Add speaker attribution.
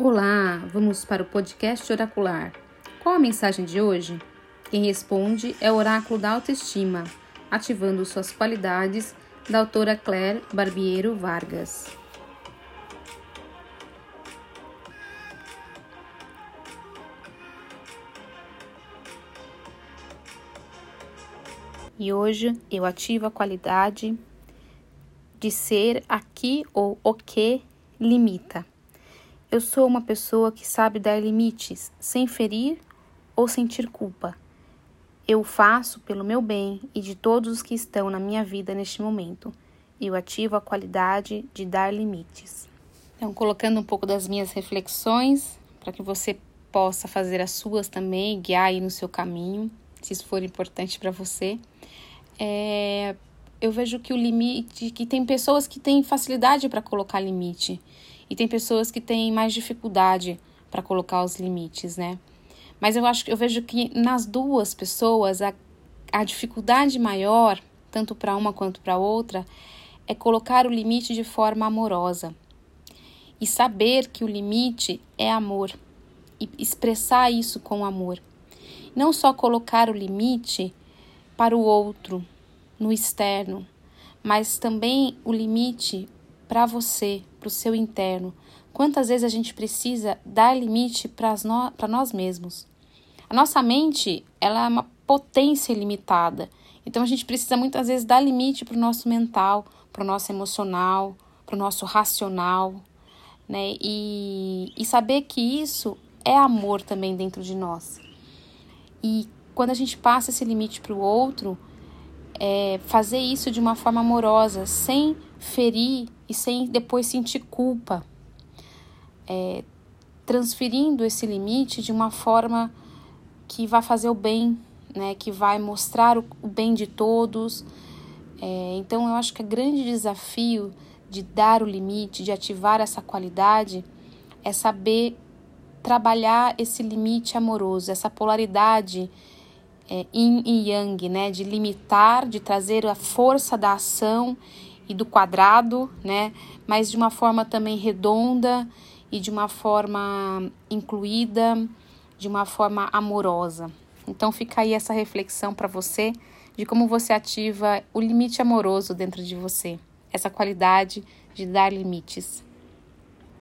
Speaker 1: Olá, vamos para o podcast oracular. Qual a mensagem de hoje? Quem responde é o Oráculo da Autoestima, ativando suas qualidades, da autora Claire Barbiero Vargas. E hoje eu ativo a qualidade de ser aqui ou o que limita. Eu sou uma pessoa que sabe dar limites sem ferir ou sentir culpa. Eu faço pelo meu bem e de todos os que estão na minha vida neste momento. Eu ativo a qualidade de dar limites. Então, colocando um pouco das minhas reflexões, para que você possa fazer as suas também, guiar aí no seu caminho, se isso for importante para você. Eu vejo que o limite, que tem pessoas que têm facilidade para colocar limite e tem pessoas que têm mais dificuldade para colocar os limites, né? Mas eu vejo que nas duas pessoas a dificuldade maior, tanto para uma quanto para outra, é colocar o limite de forma amorosa e saber que o limite é amor e expressar isso com amor. Não só colocar o limite para o outro, no externo, mas também o limite para você, para o seu interno. Quantas vezes a gente precisa dar limite para nós mesmos? A nossa mente, ela é uma potência ilimitada. Então a gente precisa muitas vezes dar limite para o nosso mental, para o nosso emocional, para o nosso racional, né? E saber que isso é amor também dentro de nós. E quando a gente passa esse limite para o outro, fazer isso de uma forma amorosa, sem ferir e sem depois sentir culpa, transferindo esse limite de uma forma que vai fazer o bem, né? Que vai mostrar o bem de todos. Então eu acho que o grande desafio de dar o limite, de ativar essa qualidade, é saber trabalhar esse limite amoroso, essa polaridade yin e yang, né? De limitar, de trazer a força da ação e do quadrado, né? Mas de uma forma também redonda e de uma forma incluída, de uma forma amorosa. Então fica aí essa reflexão para você de como você ativa o limite amoroso dentro de você, essa qualidade de dar limites.